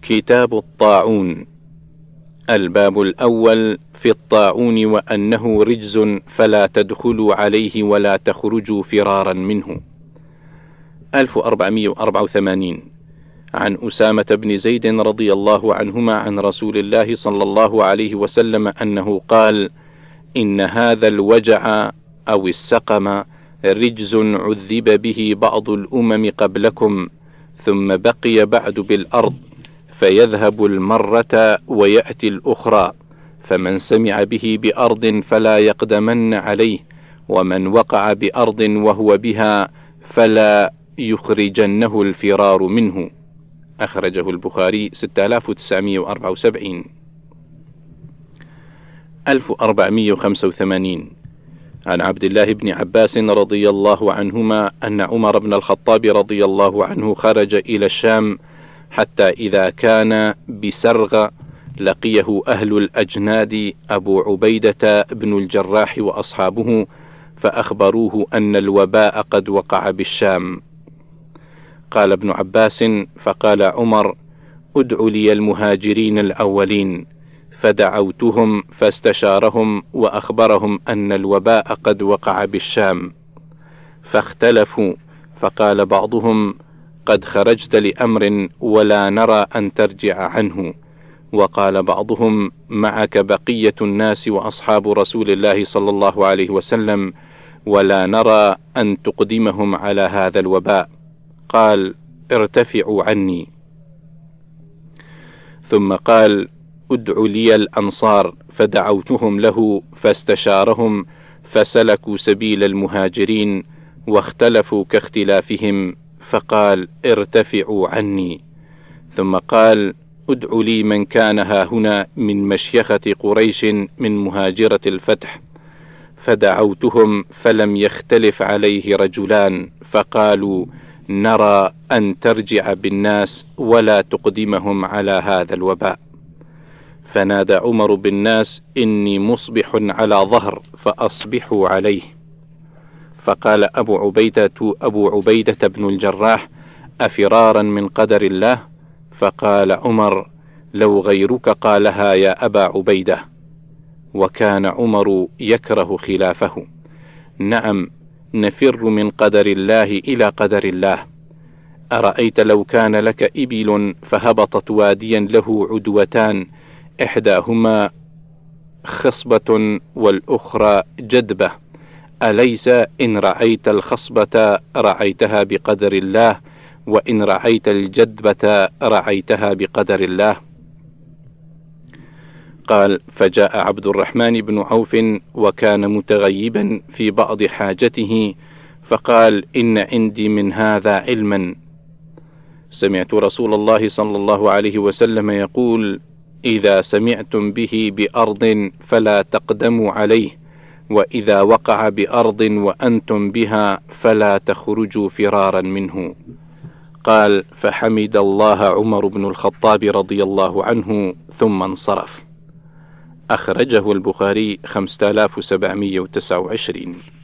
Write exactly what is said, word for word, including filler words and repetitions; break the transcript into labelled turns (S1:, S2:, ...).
S1: كتاب الطاعون. الباب الأول في الطاعون وأنه رجز فلا تدخلوا عليه ولا تخرجوا فرارا منه. ألف وأربعمائة وأربعة وثمانين عن أسامة بن زيد رضي الله عنهما عن رسول الله صلى الله عليه وسلم أنه قال: إن هذا الوجع أو السقم رجز عذب به بعض الأمم قبلكم ثم بقي بعد بالأرض فيذهب المرة ويأتي الأخرى، فمن سمع به بأرض فلا يقدمن عليه، ومن وقع بأرض وهو بها فلا يخرجنه الفرار منه. أخرجه البخاري ستة آلاف وتسعمائة وأربعة وسبعين. ألف وأربعمائة وخمسة وثمانين عن عبد الله بن عباس رضي الله عنهما أن عمر بن الخطاب رضي الله عنه خرج إلى الشام حتى إذا كان بسرغ لقيه أهل الأجناد أبو عبيدة بن الجراح وأصحابه فأخبروه أن الوباء قد وقع بالشام. قال ابن عباس: فقال عمر: ادع لي المهاجرين الأولين، فدعوتهم فاستشارهم وأخبرهم أن الوباء قد وقع بالشام، فاختلفوا، فقال بعضهم: قد خرجت لأمر ولا نرى أن ترجع عنه، وقال بعضهم: معك بقية الناس وأصحاب رسول الله صلى الله عليه وسلم ولا نرى أن تقدمهم على هذا الوباء. قال: ارتفعوا عني. ثم قال: ادع لي الأنصار، فدعوتهم له فاستشارهم فسلكوا سبيل المهاجرين واختلفوا كاختلافهم، فقال: ارتفعوا عني. ثم قال: ادع لي من كان هاهنا من مشيخة قريش من مهاجرة الفتح، فدعوتهم فلم يختلف عليه رجلان، فقالوا: نرى أن ترجع بالناس ولا تقدمهم على هذا الوباء. فنادى عمر بالناس: إني مصبح على ظهر فأصبحوا عليه. فقال أبو عبيدة أبو عبيدة بن الجراح: أفرارا من قدر الله؟ فقال عمر: لو غيرك قالها يا أبا عبيدة. وكان عمر يكره خلافه. نعم، نفر من قدر الله إلى قدر الله. أرأيت لو كان لك إبل فهبطت واديا له عدوتان، إحداهما خصبة والأخرى جدبة، أليس إن رعيت الخصبة رعيتها بقدر الله، وإن رعيت الجدبة رعيتها بقدر الله؟ قال: فجاء عبد الرحمن بن عوف وكان متغيبا في بعض حاجته، فقال: إن عندي من هذا علما. سمعت رسول الله صلى الله عليه وسلم يقول: إذا سمعتم به بأرض فلا تقدموا عليه، وإذا وقع بأرض وأنتم بها فلا تخرجوا فرارا منه. قال: فحمد الله عمر بن الخطاب رضي الله عنه ثم انصرف. أخرجه البخاري خمسة آلاف وسبعمائة وتسعة وعشرين.